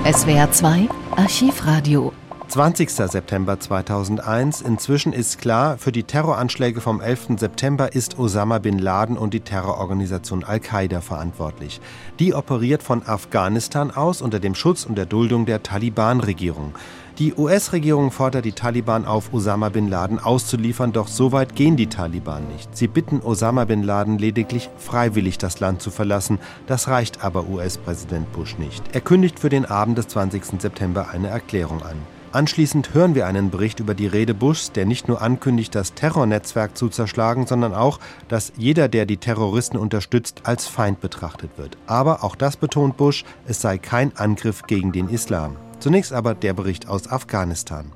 SWR 2 Archivradio. 20. September 2001. Inzwischen ist klar, für die Terroranschläge vom 11. September ist Osama bin Laden und die Terrororganisation Al-Qaida verantwortlich. Die operiert von Afghanistan aus unter dem Schutz und der Duldung der Taliban-Regierung. Die US-Regierung fordert die Taliban auf, Osama bin Laden auszuliefern, doch so weit gehen die Taliban nicht. Sie bitten Osama bin Laden lediglich freiwillig das Land zu verlassen. Das reicht aber US-Präsident Bush nicht. Er kündigt für den Abend des 20. September eine Erklärung an. Anschließend hören wir einen Bericht über die Rede Bushs, der nicht nur ankündigt, das Terrornetzwerk zu zerschlagen, sondern auch, dass jeder, der die Terroristen unterstützt, als Feind betrachtet wird. Aber auch das betont Bush, es sei kein Angriff gegen den Islam. Zunächst aber der Bericht aus Afghanistan.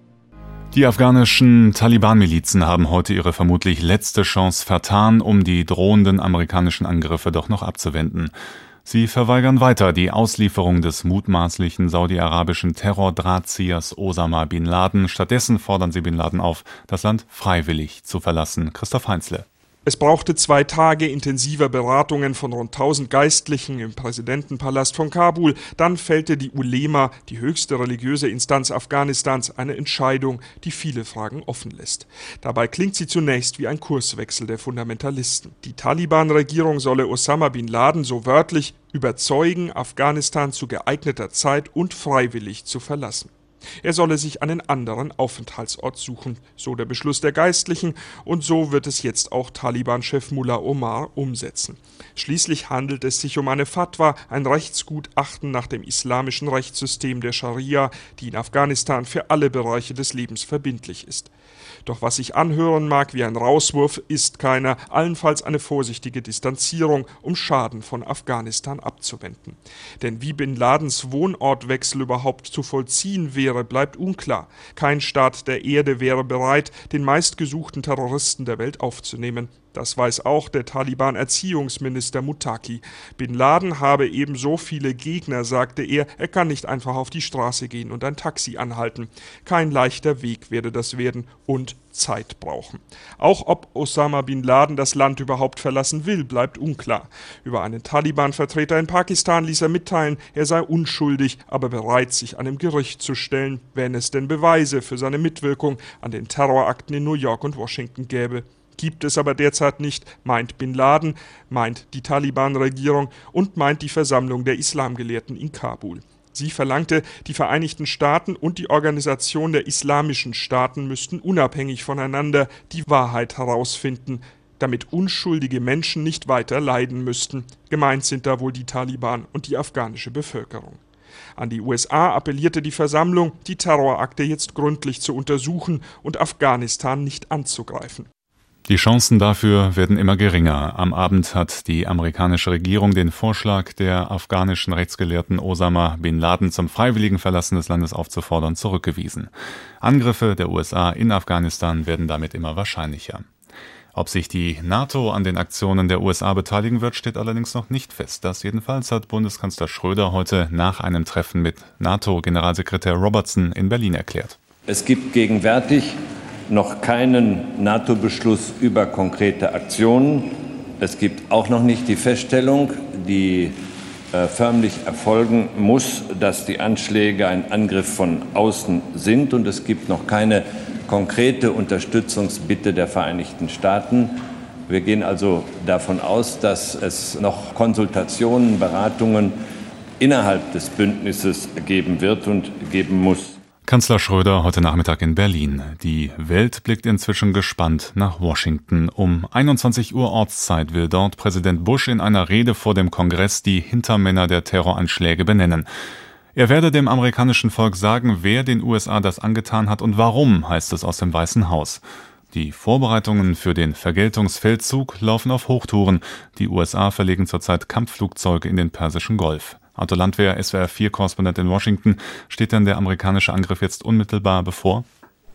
Die afghanischen Taliban-Milizen haben heute ihre vermutlich letzte Chance vertan, um die drohenden amerikanischen Angriffe doch noch abzuwenden. Sie verweigern weiter die Auslieferung des mutmaßlichen saudi-arabischen Terrordrahtziehers Osama bin Laden. Stattdessen fordern sie bin Laden auf, das Land freiwillig zu verlassen. Christoph Heinzle. Es brauchte 2 Tage intensiver Beratungen von rund 1000 Geistlichen im Präsidentenpalast von Kabul. Dann fällte die Ulema, die höchste religiöse Instanz Afghanistans, eine Entscheidung, die viele Fragen offen lässt. Dabei klingt sie zunächst wie ein Kurswechsel der Fundamentalisten. Die Taliban-Regierung solle Osama bin Laden so wörtlich überzeugen, Afghanistan zu geeigneter Zeit und freiwillig zu verlassen. Er solle sich einen anderen Aufenthaltsort suchen, so der Beschluss der Geistlichen, und so wird es jetzt auch Taliban-Chef Mullah Omar umsetzen. Schließlich handelt es sich um eine Fatwa, ein Rechtsgutachten nach dem islamischen Rechtssystem der Scharia, die in Afghanistan für alle Bereiche des Lebens verbindlich ist. Doch was sich anhören mag wie ein Rauswurf, ist keiner, allenfalls eine vorsichtige Distanzierung, um Schaden von Afghanistan abzuwenden. Denn wie bin Ladens Wohnortwechsel überhaupt zu vollziehen wäre, bleibt unklar. Kein Staat der Erde wäre bereit, den meistgesuchten Terroristen der Welt aufzunehmen. Das weiß auch der Taliban-Erziehungsminister Muttaqi. Bin Laden habe ebenso viele Gegner, sagte er, er kann nicht einfach auf die Straße gehen und ein Taxi anhalten. Kein leichter Weg werde das werden und Zeit brauchen. Auch ob Osama bin Laden das Land überhaupt verlassen will, bleibt unklar. Über einen Taliban-Vertreter in Pakistan ließ er mitteilen, er sei unschuldig, aber bereit, sich einem Gericht zu stellen, wenn es denn Beweise für seine Mitwirkung an den Terrorakten in New York und Washington gäbe. Gibt es aber derzeit nicht, meint Bin Laden, meint die Taliban-Regierung und meint die Versammlung der Islamgelehrten in Kabul. Sie verlangte, die Vereinigten Staaten und die Organisation der Islamischen Staaten müssten unabhängig voneinander die Wahrheit herausfinden, damit unschuldige Menschen nicht weiter leiden müssten. Gemeint sind da wohl die Taliban und die afghanische Bevölkerung. An die USA appellierte die Versammlung, die Terrorakte jetzt gründlich zu untersuchen und Afghanistan nicht anzugreifen. Die Chancen dafür werden immer geringer. Am Abend hat die amerikanische Regierung den Vorschlag der afghanischen Rechtsgelehrten Osama bin Laden zum freiwilligen Verlassen des Landes aufzufordern zurückgewiesen. Angriffe der USA in Afghanistan werden damit immer wahrscheinlicher. Ob sich die NATO an den Aktionen der USA beteiligen wird, steht allerdings noch nicht fest. Das jedenfalls hat Bundeskanzler Schröder heute nach einem Treffen mit NATO-Generalsekretär Robertson in Berlin erklärt. Es gibt gegenwärtig noch keinen NATO-Beschluss über konkrete Aktionen. Es gibt auch noch nicht die Feststellung, die förmlich erfolgen muss, dass die Anschläge ein Angriff von außen sind. Und es gibt noch keine konkrete Unterstützungsbitte der Vereinigten Staaten. Wir gehen also davon aus, dass es noch Konsultationen, Beratungen innerhalb des Bündnisses geben wird und geben muss. Kanzler Schröder heute Nachmittag in Berlin. Die Welt blickt inzwischen gespannt nach Washington. Um 21 Uhr Ortszeit will dort Präsident Bush in einer Rede vor dem Kongress die Hintermänner der Terroranschläge benennen. Er werde dem amerikanischen Volk sagen, wer den USA das angetan hat und warum, heißt es aus dem Weißen Haus. Die Vorbereitungen für den Vergeltungsfeldzug laufen auf Hochtouren. Die USA verlegen zurzeit Kampfflugzeuge in den Persischen Golf. Arthur Landwehr, SWR4-Korrespondent in Washington. Steht denn der amerikanische Angriff jetzt unmittelbar bevor?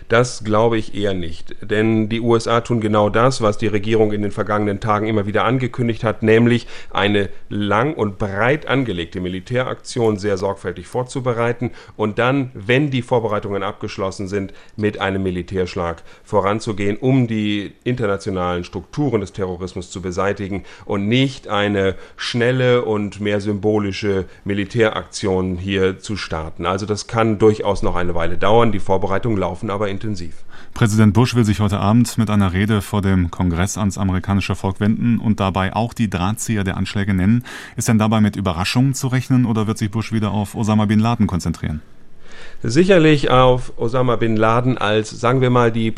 Das glaube ich eher nicht, denn die USA tun genau das, was die Regierung in den vergangenen Tagen immer wieder angekündigt hat, nämlich eine lang und breit angelegte Militäraktion sehr sorgfältig vorzubereiten und dann, wenn die Vorbereitungen abgeschlossen sind, mit einem Militärschlag voranzugehen, um die internationalen Strukturen des Terrorismus zu beseitigen und nicht eine schnelle und mehr symbolische Militäraktion hier zu starten. Also das kann durchaus noch eine Weile dauern, die Vorbereitungen laufen aber intensiv. Präsident Bush will sich heute Abend mit einer Rede vor dem Kongress ans amerikanische Volk wenden und dabei auch die Drahtzieher der Anschläge nennen. Ist denn dabei mit Überraschungen zu rechnen oder wird sich Bush wieder auf Osama Bin Laden konzentrieren? Sicherlich auf Osama Bin Laden als, sagen wir mal, die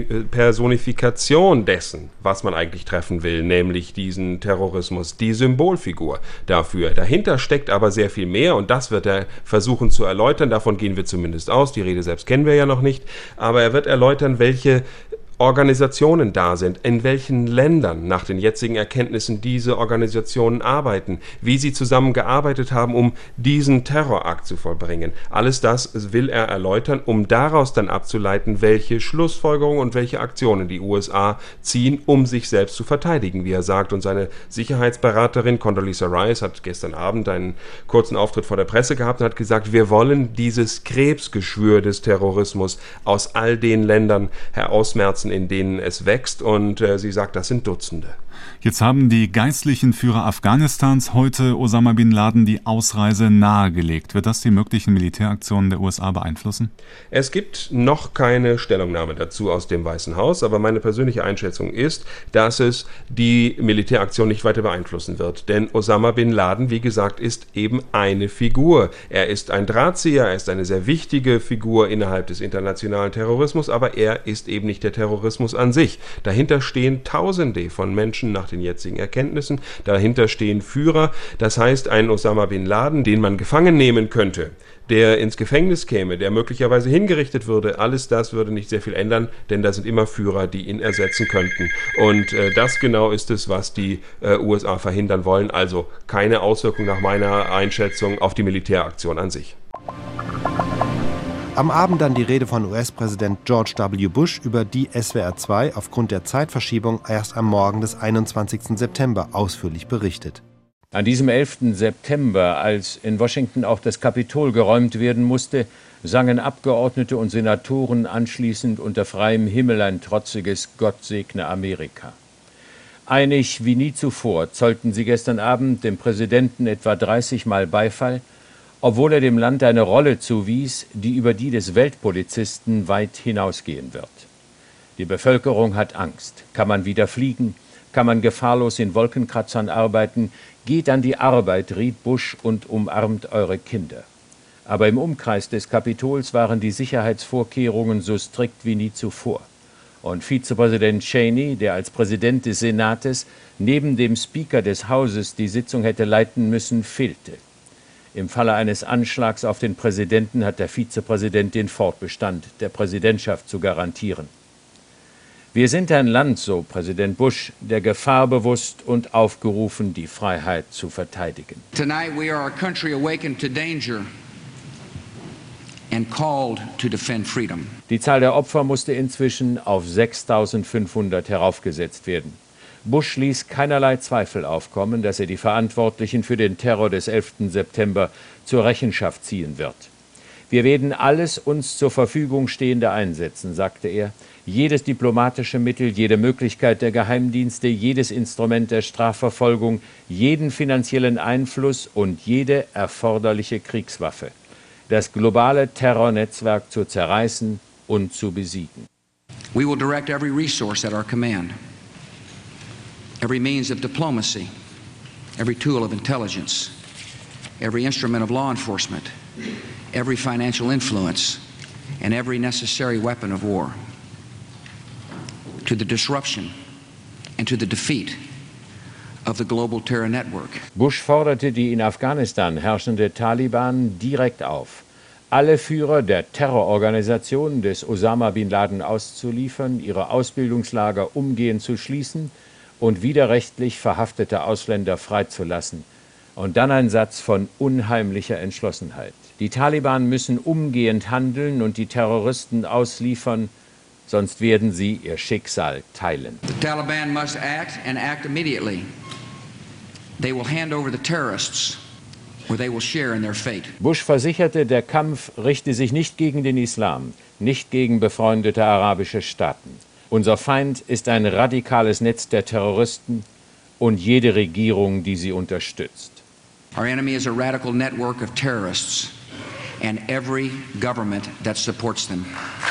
Personifikation dessen, was man eigentlich treffen will, nämlich diesen Terrorismus, die Symbolfigur dafür. Dahinter steckt aber sehr viel mehr und das wird er versuchen zu erläutern. Davon gehen wir zumindest aus. Die Rede selbst kennen wir ja noch nicht. Aber er wird erläutern, welche Organisationen da sind, in welchen Ländern nach den jetzigen Erkenntnissen diese Organisationen arbeiten, wie sie zusammengearbeitet haben, um diesen Terrorakt zu vollbringen. Alles das will er erläutern, um daraus dann abzuleiten, welche Schlussfolgerungen und welche Aktionen die USA ziehen, um sich selbst zu verteidigen, wie er sagt. Und seine Sicherheitsberaterin Condoleezza Rice hat gestern Abend einen kurzen Auftritt vor der Presse gehabt und hat gesagt, wir wollen dieses Krebsgeschwür des Terrorismus aus all den Ländern herausmerzen, in denen es wächst, und sie sagt, das sind Dutzende. Jetzt haben die geistlichen Führer Afghanistans heute Osama Bin Laden die Ausreise nahegelegt. Wird das die möglichen Militäraktionen der USA beeinflussen? Es gibt noch keine Stellungnahme dazu aus dem Weißen Haus, aber meine persönliche Einschätzung ist, dass es die Militäraktion nicht weiter beeinflussen wird. Denn Osama Bin Laden, wie gesagt, ist eben eine Figur. Er ist ein Drahtzieher, er ist eine sehr wichtige Figur innerhalb des internationalen Terrorismus, aber er ist eben nicht der Terrorismus an sich. Dahinter stehen Tausende von Menschen nach den jetzigen Erkenntnissen. Dahinter stehen Führer. Das heißt, ein Osama Bin Laden, den man gefangen nehmen könnte, der ins Gefängnis käme, der möglicherweise hingerichtet würde, alles das würde nicht sehr viel ändern, denn da sind immer Führer, die ihn ersetzen könnten. Und das genau ist es, was die USA verhindern wollen. Also keine Auswirkung nach meiner Einschätzung auf die Militäraktion an sich. Am Abend dann die Rede von US-Präsident George W. Bush, über die SWR 2 aufgrund der Zeitverschiebung erst am Morgen des 21. September ausführlich berichtet. An diesem 11. September, als in Washington auch das Kapitol geräumt werden musste, sangen Abgeordnete und Senatoren anschließend unter freiem Himmel ein trotziges Gott segne Amerika. Einig wie nie zuvor zollten sie gestern Abend dem Präsidenten etwa 30 Mal Beifall, obwohl er dem Land eine Rolle zuwies, die über die des Weltpolizisten weit hinausgehen wird. Die Bevölkerung hat Angst. Kann man wieder fliegen? Kann man gefahrlos in Wolkenkratzern arbeiten? Geht an die Arbeit, riet Bush, und umarmt eure Kinder. Aber im Umkreis des Kapitols waren die Sicherheitsvorkehrungen so strikt wie nie zuvor. Und Vizepräsident Cheney, der als Präsident des Senates neben dem Speaker des Hauses die Sitzung hätte leiten müssen, fehlte. Im Falle eines Anschlags auf den Präsidenten hat der Vizepräsident den Fortbestand der Präsidentschaft zu garantieren. Wir sind ein Land, so Präsident Bush, der Gefahr bewusst und aufgerufen, die Freiheit zu verteidigen. Tonight we are a country awakened to danger and called to defend freedom. Die Zahl der Opfer musste inzwischen auf 6.500 heraufgesetzt werden. Bush ließ keinerlei Zweifel aufkommen, dass er die Verantwortlichen für den Terror des 11. September zur Rechenschaft ziehen wird. Wir werden alles uns zur Verfügung Stehende einsetzen, sagte er. Jedes diplomatische Mittel, jede Möglichkeit der Geheimdienste, jedes Instrument der Strafverfolgung, jeden finanziellen Einfluss und jede erforderliche Kriegswaffe. Das globale Terrornetzwerk zu zerreißen und zu besiegen. We will direct every resource at our command. Every means of diplomacy, every tool of intelligence, every instrument of law enforcement, every financial influence, and every necessary weapon of war to the disruption and to the defeat of the global terror network. Bush forderte die in Afghanistan herrschende Taliban direkt auf, alle Führer der Terrororganisation des Osama Bin Laden auszuliefern, ihre Ausbildungslager umgehend zu schließen und widerrechtlich verhaftete Ausländer freizulassen, Und dann ein Satz von unheimlicher Entschlossenheit. Die Taliban müssen umgehend handeln und die Terroristen ausliefern, sonst werden sie ihr Schicksal teilen. The Taliban must act and act immediately. They will hand over the terrorists, or they will share in their fate. Bush versicherte, der Kampf richte sich nicht gegen den Islam, nicht gegen befreundete arabische Staaten. Unser Feind ist ein radikales Netz der Terroristen und jede Regierung, die sie unterstützt. Our enemy is a radical network of terrorists and every government that supports them.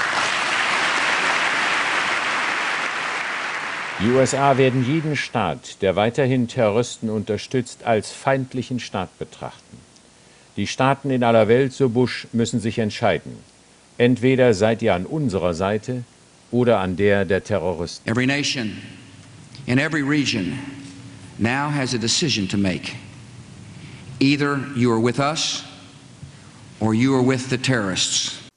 Die USA werden jeden Staat, der weiterhin Terroristen unterstützt, als feindlichen Staat betrachten. Die Staaten in aller Welt, so Bush, müssen sich entscheiden. Entweder seid ihr an unserer Seite oder an der Terroristen. Every nation in every region now has a decision to make. Either you are with us or you are with the terrorists.